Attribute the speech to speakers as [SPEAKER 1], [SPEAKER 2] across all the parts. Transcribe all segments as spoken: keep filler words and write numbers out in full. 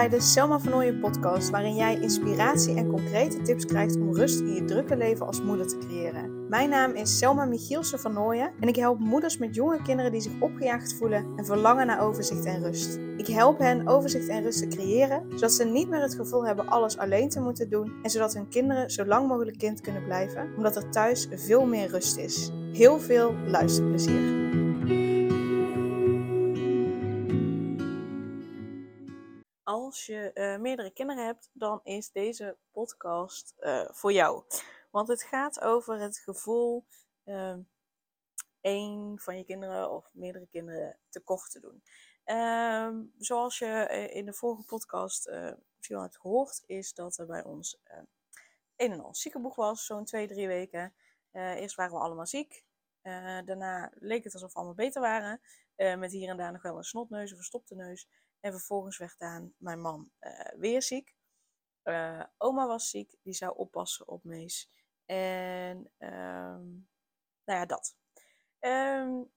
[SPEAKER 1] bij de Selma van Nooijen podcast, waarin jij inspiratie en concrete tips krijgt om rust in je drukke leven als moeder te creëren. Mijn naam is Selma Michielsen van Nooijen en ik help moeders met jonge kinderen die zich opgejaagd voelen en verlangen naar overzicht en rust. Ik help hen overzicht en rust te creëren, zodat ze niet meer het gevoel hebben alles alleen te moeten doen en zodat hun kinderen zo lang mogelijk kind kunnen blijven, omdat er thuis veel meer rust is. Heel veel luisterplezier. Als je uh, meerdere kinderen hebt, dan is deze podcast uh, voor jou. Want het gaat over het gevoel uh, één van je kinderen of meerdere kinderen tekort te doen. Uh, zoals je uh, in de vorige podcast uh, misschien al hebt gehoord, is dat er bij ons uh, een en al ziekenboeg was, zo'n twee, drie weken. Uh, eerst waren we allemaal ziek. Uh, daarna leek het alsof we allemaal beter waren. Uh, met hier en daar nog wel een snotneus of een verstopte neus. En vervolgens werd Daan, mijn man, uh, weer ziek. Uh, oma was ziek, die zou oppassen op Mees. En um, nou ja, dat. Um,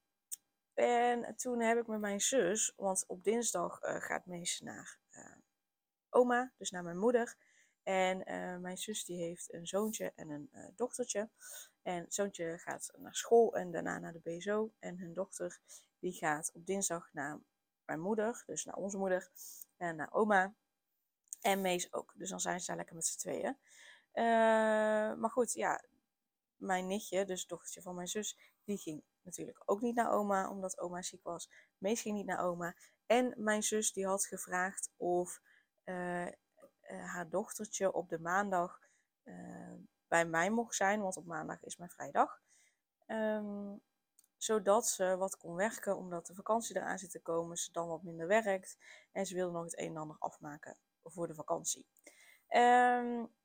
[SPEAKER 1] en toen heb ik met mijn zus, want op dinsdag uh, gaat Mees naar uh, oma, dus naar mijn moeder. En uh, mijn zus die heeft een zoontje en een uh, dochtertje. En het zoontje gaat naar school en daarna naar de B S O. En hun dochter die gaat op dinsdag naar mijn moeder, dus naar onze moeder. En naar oma. En Mees ook. Dus dan zijn ze daar lekker met z'n tweeën. Uh, maar goed, ja. Mijn nichtje, dus het dochtertje van mijn zus, die ging natuurlijk ook niet naar oma, omdat oma ziek was. Mees ging niet naar oma. En mijn zus die had gevraagd of uh, uh, haar dochtertje op de maandag uh, bij mij mocht zijn. Want op maandag is mijn vrijdag. Um, zodat ze wat kon werken, omdat de vakantie eraan zit te komen. Ze dan wat minder werkt. En ze wilde nog het een en ander afmaken voor de vakantie. Um,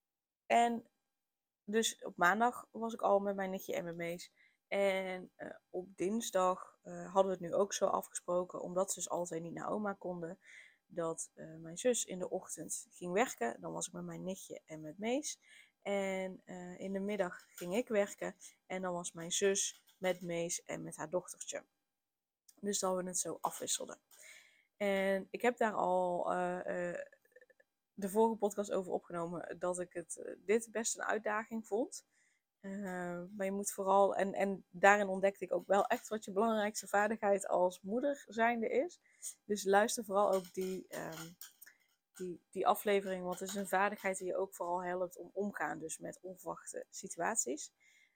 [SPEAKER 1] en dus op maandag was ik al met mijn nichtje en met Mees. En uh, op dinsdag uh, hadden we het nu ook zo afgesproken, omdat ze dus altijd niet naar oma konden, dat uh, mijn zus in de ochtend ging werken. Dan was ik met mijn nichtje en met Mees. En uh, in de middag ging ik werken. En dan was mijn zus met Mees en met haar dochtertje. Dus dat we het zo afwisselden. En ik heb daar al uh, uh, de vorige podcast over opgenomen dat ik het, uh, dit best een uitdaging vond. Uh, maar je moet vooral, en, en daarin ontdekte ik ook wel echt wat je belangrijkste vaardigheid als moeder zijnde is. Dus luister vooral ook die, um, die, die aflevering, want het is een vaardigheid die je ook vooral helpt om omgaan dus met onverwachte situaties.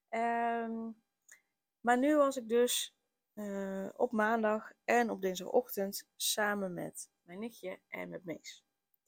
[SPEAKER 1] Um, maar nu was ik dus uh, op maandag en op dinsdagochtend samen met mijn nichtje en met Mees.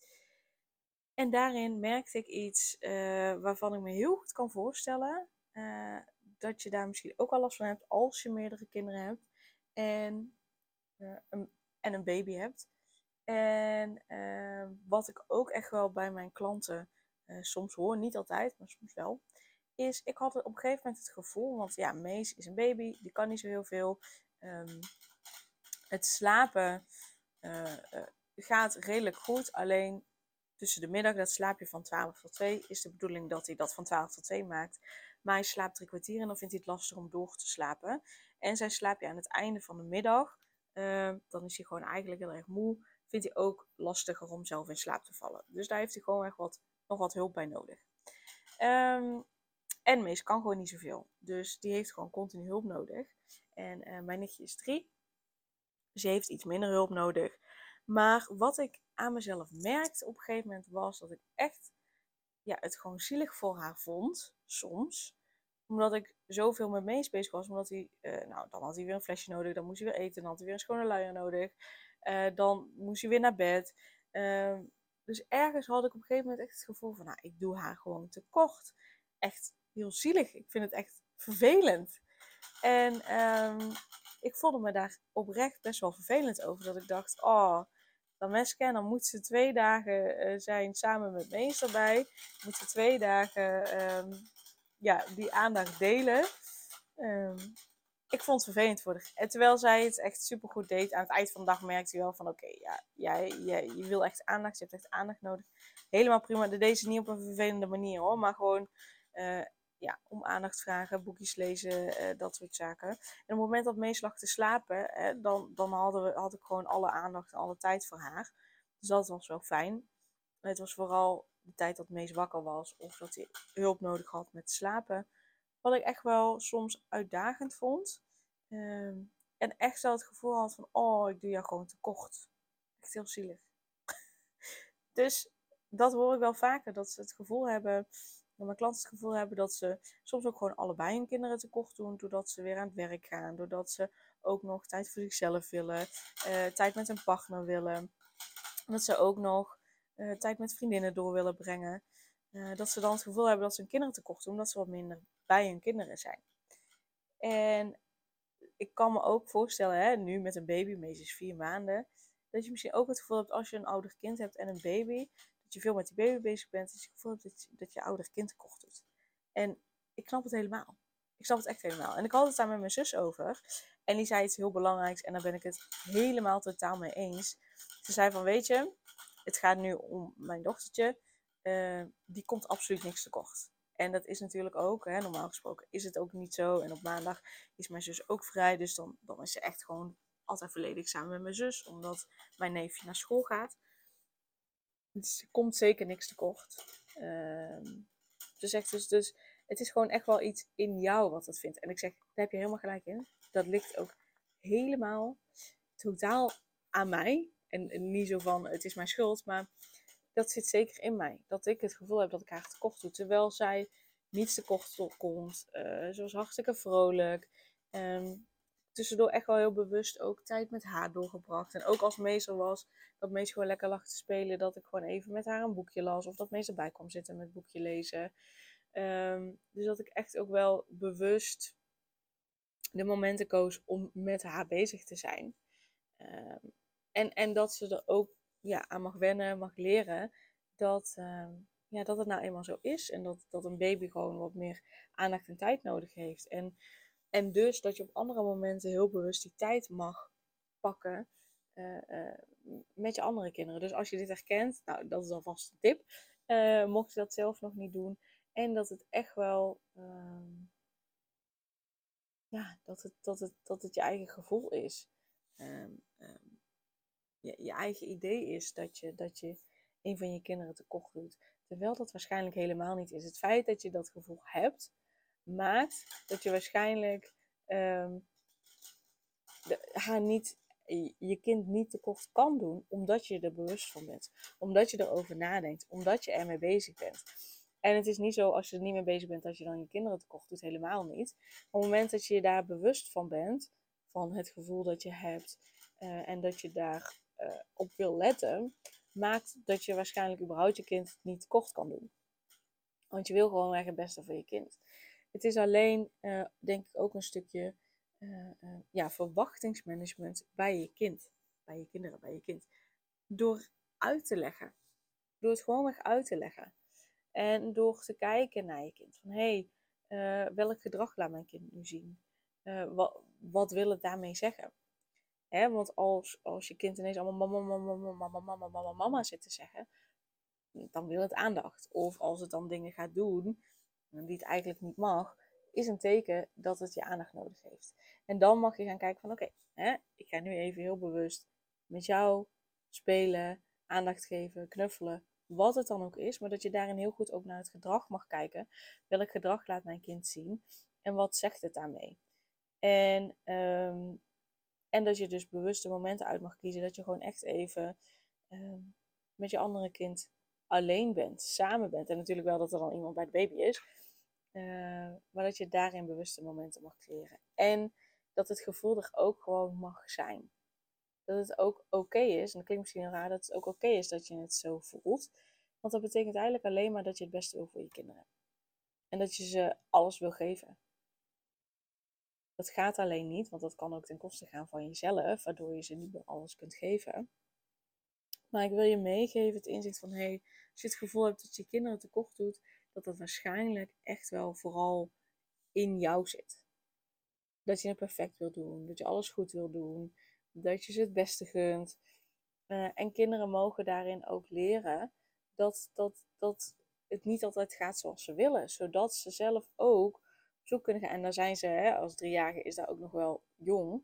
[SPEAKER 1] En daarin merkte ik iets uh, waarvan ik me heel goed kan voorstellen uh, dat je daar misschien ook al last van hebt als je meerdere kinderen hebt en, uh, een, en een baby hebt. En uh, wat ik ook echt wel bij mijn klanten uh, soms hoor, niet altijd, maar soms wel, is ik had op een gegeven moment het gevoel, want ja, Mees is een baby, die kan niet zo heel veel. Um, het slapen uh, uh, gaat redelijk goed, alleen tussen de middag, dat slaapje van twaalf tot twee, is de bedoeling dat hij dat van twaalf tot twee maakt. Maar hij slaapt drie kwartier en dan vindt hij het lastig om door te slapen. En zijn slaapje aan het einde van de middag, uh, dan is hij gewoon eigenlijk heel erg moe, vindt hij ook lastiger om zelf in slaap te vallen. Dus daar heeft hij gewoon echt wat, nog wat hulp bij nodig. Um, en Mees kan gewoon niet zoveel. Dus die heeft gewoon continu hulp nodig. En uh, mijn nichtje is drie. Dus die heeft iets minder hulp nodig. Maar wat ik aan mezelf merkte op een gegeven moment was dat ik echt ja, het gewoon zielig voor haar vond. Soms. Omdat ik zoveel met Mees bezig was. Omdat hij, uh, nou dan had hij weer een flesje nodig. Dan moest hij weer eten. Dan had hij weer een schone luier nodig. Uh, dan moest hij weer naar bed. Uh, dus ergens had ik op een gegeven moment echt het gevoel van, nou, ik doe haar gewoon tekort. Echt heel zielig. Ik vind het echt vervelend. En um, ik voelde me daar oprecht best wel vervelend over. Dat ik dacht, oh, dan Meske, en dan moet ze twee dagen uh, zijn samen met Mees erbij. Moet ze twee dagen um, ja, die aandacht delen. Um, ik vond het vervelend voor haar. En terwijl zij het echt supergoed deed, aan het eind van de dag merkte je wel van, oké, okay, ja, jij, jij, je wil echt aandacht, je hebt echt aandacht nodig. Helemaal prima. Dat deed ze niet op een vervelende manier hoor, maar gewoon uh, ja, om aandacht vragen, boekjes lezen, uh, dat soort zaken. En op het moment dat Mees lag te slapen, uh, dan, dan hadden we, had ik gewoon alle aandacht en alle tijd voor haar. Dus dat was wel fijn. Het was vooral de tijd dat Mees wakker was of dat hij hulp nodig had met slapen. Wat ik echt wel soms uitdagend vond. Um, en echt wel het gevoel had van, oh, ik doe jou gewoon tekort. Echt heel zielig. Dus dat hoor ik wel vaker. Dat ze het gevoel hebben, dat mijn klanten het gevoel hebben dat ze soms ook gewoon allebei hun kinderen tekort doen. Doordat ze weer aan het werk gaan. Doordat ze ook nog tijd voor zichzelf willen. Uh, tijd met hun partner willen. Dat ze ook nog uh, tijd met vriendinnen door willen brengen. Uh, dat ze dan het gevoel hebben dat ze hun kinderen tekort doen. Omdat ze wat minder bij hun kinderen zijn. En ik kan me ook voorstellen, hè, nu met een baby, meestal vier maanden, dat je misschien ook het gevoel hebt als je een ouder kind hebt en een baby, dat je veel met die baby bezig bent, dat je het gevoel hebt dat je, dat je ouder kind tekort doet. En ik snap het helemaal. Ik snap het echt helemaal. En ik had het daar met mijn zus over. En die zei iets heel belangrijks en daar ben ik het helemaal totaal mee eens. Ze zei van, weet je, het gaat nu om mijn dochtertje. Uh, die komt absoluut niks tekort. En dat is natuurlijk ook, hè, normaal gesproken is het ook niet zo. En op maandag is mijn zus ook vrij. Dus dan, dan is ze echt gewoon altijd volledig samen met mijn zus. Omdat mijn neefje naar school gaat. Dus er komt zeker niks tekort. Uh, ze zegt dus, dus, het is gewoon echt wel iets in jou wat het vindt. En ik zeg, daar heb je helemaal gelijk in. Dat ligt ook helemaal, totaal aan mij. En, en niet zo van, het is mijn schuld, maar dat zit zeker in mij. Dat ik het gevoel heb dat ik haar tekort doe. Terwijl zij niets tekort komt. Uh, ze was hartstikke vrolijk. Um, tussendoor echt wel heel bewust ook tijd met haar doorgebracht. En ook als Mees er was, dat Mees gewoon lekker lag te spelen. Dat ik gewoon even met haar een boekje las. Of dat Mees erbij kwam zitten met het boekje lezen. Um, dus dat ik echt ook wel bewust de momenten koos om met haar bezig te zijn. Um, en, en dat ze er ook ja, aan mag wennen, mag leren dat, uh, ja, dat het nou eenmaal zo is. En dat, dat een baby gewoon wat meer aandacht en tijd nodig heeft. En, en dus dat je op andere momenten heel bewust die tijd mag pakken uh, uh, met je andere kinderen. Dus als je dit herkent, nou, dat is alvast een tip. Uh, mocht je dat zelf nog niet doen. En dat het echt wel, uh, ja, dat het, dat, het, dat het je eigen gevoel is. Um, um, Je, je eigen idee is dat je, dat je een van je kinderen tekort doet. Terwijl dat waarschijnlijk helemaal niet is. Het feit dat je dat gevoel hebt, maakt dat je waarschijnlijk um, de, haar niet, je kind niet tekort kan doen, omdat je er bewust van bent. Omdat je erover nadenkt. Omdat je ermee bezig bent. En het is niet zo, als je er niet mee bezig bent, dat je dan je kinderen tekort doet. Helemaal niet. Op het moment dat je je daar bewust van bent, van het gevoel dat je hebt, uh, en dat je daar Uh, op wil letten, maakt dat je waarschijnlijk überhaupt je kind niet tekort kan doen. Want je wil gewoon echt het beste voor je kind. Het is alleen, uh, denk ik, ook een stukje uh, uh, ja, verwachtingsmanagement bij je kind. Bij je kinderen, bij je kind. Door uit te leggen. Door het gewoon weg uit te leggen. En door te kijken naar je kind. Van, hé, hey, uh, welk gedrag laat mijn kind nu zien? Uh, wat, wat wil het daarmee zeggen? He, want als, als je kind ineens allemaal mama, mama, mama, mama, mama, mama, mama zit te zeggen, dan wil het aandacht. Of als het dan dingen gaat doen die het eigenlijk niet mag, is een teken dat het je aandacht nodig heeft. En dan mag je gaan kijken van oké, okay, ik ga nu even heel bewust met jou spelen, aandacht geven, knuffelen, wat het dan ook is. Maar dat je daarin heel goed ook naar het gedrag mag kijken. Welk gedrag laat mijn kind zien en wat zegt het daarmee? En... Um, En dat je dus bewuste momenten uit mag kiezen. Dat je gewoon echt even uh, met je andere kind alleen bent. Samen bent. En natuurlijk wel dat er dan iemand bij de baby is. Uh, maar dat je daarin bewuste momenten mag creëren. En dat het gevoel er ook gewoon mag zijn. Dat het ook oké okay is. En dat klinkt misschien raar. Dat het ook oké okay is dat je het zo voelt. Want dat betekent eigenlijk alleen maar dat je het beste wil voor je kinderen. En dat je ze alles wil geven. Dat gaat alleen niet, want dat kan ook ten koste gaan van jezelf, waardoor je ze niet meer alles kunt geven. Maar ik wil je meegeven het inzicht van, hé, hey, als je het gevoel hebt dat je kinderen tekort doet, dat dat waarschijnlijk echt wel vooral in jou zit. Dat je het perfect wil doen, dat je alles goed wil doen, dat je ze het beste gunt. Uh, en kinderen mogen daarin ook leren dat, dat, dat het niet altijd gaat zoals ze willen, zodat ze zelf ook zoek kunnen gaan. En dan zijn ze, hè, als driejarige is daar ook nog wel jong.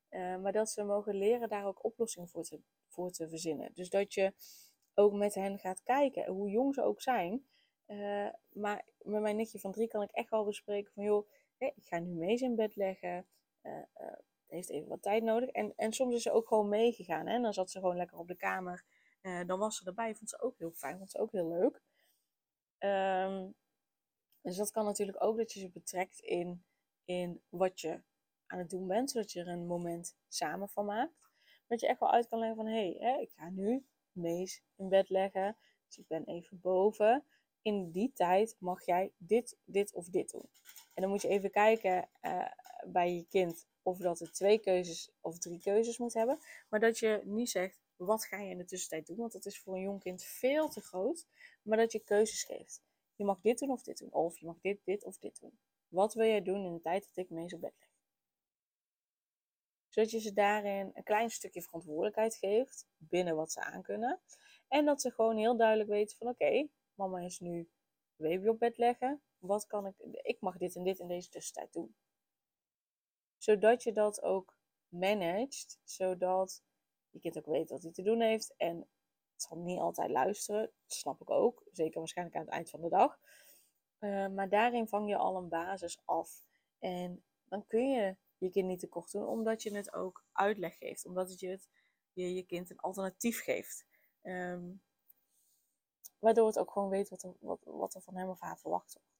[SPEAKER 1] Uh, maar dat ze mogen leren daar ook oplossingen voor te, voor te verzinnen. Dus dat je ook met hen gaat kijken, hoe jong ze ook zijn. Uh, maar met mijn nichtje van drie kan ik echt wel bespreken van, joh, hey, ik ga nu Mees in bed leggen. Uh, uh, het heeft even wat tijd nodig. En, en soms is ze ook gewoon meegegaan. Hè? Dan zat ze gewoon lekker op de kamer. Uh, dan was ze erbij. Vond ze ook heel fijn. Vond ze ook heel leuk. Um, dus dat kan natuurlijk ook dat je ze betrekt in, in wat je aan het doen bent. Zodat je er een moment samen van maakt. Dat je echt wel uit kan leggen van, hé, hey, ik ga nu Mees in bed leggen. Dus ik ben even boven. In die tijd mag jij dit, dit of dit doen. En dan moet je even kijken uh, bij je kind of dat het twee keuzes of drie keuzes moet hebben. Maar dat je niet zegt, wat ga je in de tussentijd doen? Want dat is voor een jong kind veel te groot. Maar dat je keuzes geeft. Je mag dit doen of dit doen. Of je mag dit, dit of dit doen. Wat wil jij doen in de tijd dat ik Mees op bed leg? Zodat je ze daarin een klein stukje verantwoordelijkheid geeft. Binnen wat ze aankunnen. En dat ze gewoon heel duidelijk weten van oké, okay, mama is nu baby op bed leggen. Wat kan ik, ik mag dit en dit in deze tussentijd doen. Zodat je dat ook managt. Zodat je kind ook weet wat hij te doen heeft. En het zal niet altijd luisteren. Dat snap ik ook. Zeker waarschijnlijk aan het eind van de dag. Uh, maar daarin vang je al een basis af. En dan kun je je kind niet tekort doen. Omdat je het ook uitleg geeft. Omdat het je, het, je, je kind een alternatief geeft. Um, waardoor het ook gewoon weet wat er, wat, wat er van hem of haar verwacht wordt.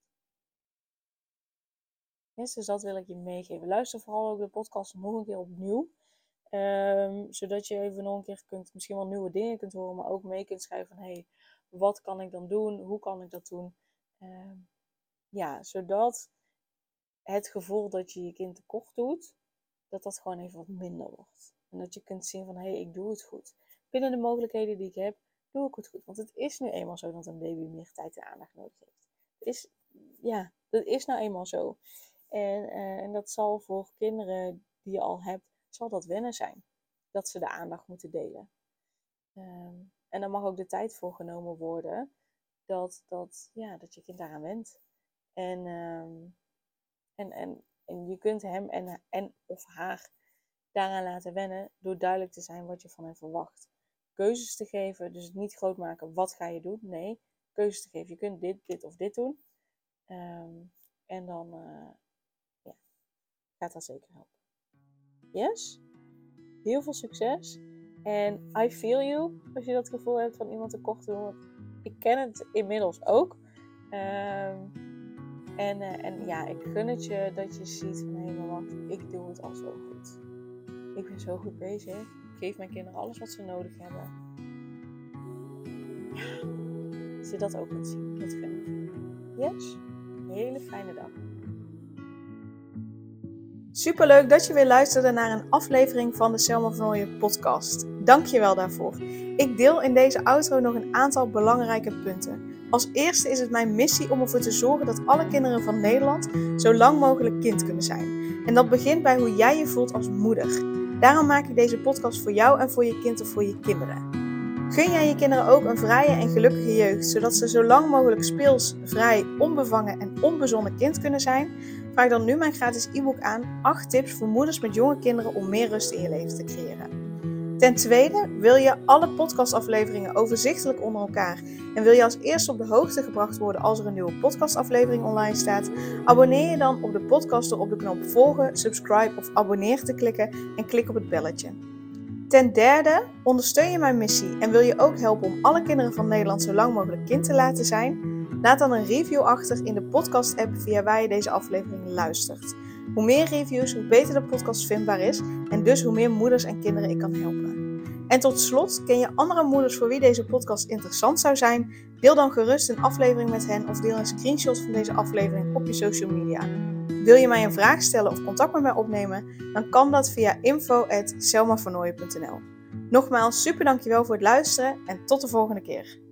[SPEAKER 1] Yes, dus dat wil ik je meegeven. Luister vooral ook de podcast nog een keer opnieuw. Um, zodat je even nog een keer kunt, misschien wel nieuwe dingen kunt horen. Maar ook mee kunt schrijven van, hé, hey, wat kan ik dan doen? Hoe kan ik dat doen? Um, ja, zodat het gevoel dat je je kind tekort doet, dat dat gewoon even wat minder wordt. En dat je kunt zien van, hé, hey, ik doe het goed. Binnen de mogelijkheden die ik heb, doe ik het goed. Want het is nu eenmaal zo dat een baby meer tijd en aandacht nodig heeft. Het is, ja, dat is nou eenmaal zo. En, uh, en dat zal voor kinderen die je al hebt, zal dat wennen zijn. Dat ze de aandacht moeten delen. Um, en dan mag ook de tijd voor genomen worden. Dat, dat, ja, dat je kind daaraan went. En, um, en, en, en je kunt hem en, en of haar daaraan laten wennen. Door duidelijk te zijn wat je van hem verwacht. Keuzes te geven. Dus het niet groot maken. Wat ga je doen? Nee. Keuzes te geven. Je kunt dit, dit of dit doen. Um, en dan uh, ja, gaat dat zeker helpen. Yes? Heel veel succes. En I feel you. Als je dat gevoel hebt van iemand tekort te doen. Want ik ken het inmiddels ook. Um, en, uh, en ja, ik gun het je dat je ziet van hé, maar wacht, ik doe het al zo goed. Ik ben zo goed bezig. Ik geef mijn kinderen alles wat ze nodig hebben. Ja, als je dat ook kunt zien, dat gun ik je. Yes? Een hele fijne dag. Superleuk dat je weer luisterde naar een aflevering van de Selma van Nooijen podcast. Dank je wel daarvoor. Ik deel in deze outro nog een aantal belangrijke punten. Als eerste is het mijn missie om ervoor te zorgen dat alle kinderen van Nederland zo lang mogelijk kind kunnen zijn. En dat begint bij hoe jij je voelt als moeder. Daarom maak ik deze podcast voor jou en voor je kind of voor je kinderen. Gun jij je kinderen ook een vrije en gelukkige jeugd, zodat ze zo lang mogelijk speels, vrij, onbevangen en onbezonnen kind kunnen zijn? Vraag dan nu mijn gratis e-book aan, acht tips voor moeders met jonge kinderen om meer rust in je leven te creëren. Ten tweede, wil je alle podcastafleveringen overzichtelijk onder elkaar en wil je als eerste op de hoogte gebracht worden als er een nieuwe podcastaflevering online staat? Abonneer je dan op de podcast door op de knop volgen, subscribe of abonneer te klikken en klik op het belletje. Ten derde, ondersteun je mijn missie en wil je ook helpen om alle kinderen van Nederland zo lang mogelijk kind te laten zijn? Laat dan een review achter in de podcast-app via waar je deze aflevering luistert. Hoe meer reviews, hoe beter de podcast vindbaar is en dus hoe meer moeders en kinderen ik kan helpen. En tot slot, ken je andere moeders voor wie deze podcast interessant zou zijn? Deel dan gerust een aflevering met hen of deel een screenshot van deze aflevering op je social media. Wil je mij een vraag stellen of contact met mij opnemen? Dan kan dat via info at selma van nooijen punt n l. Nogmaals, super dankjewel voor het luisteren en tot de volgende keer.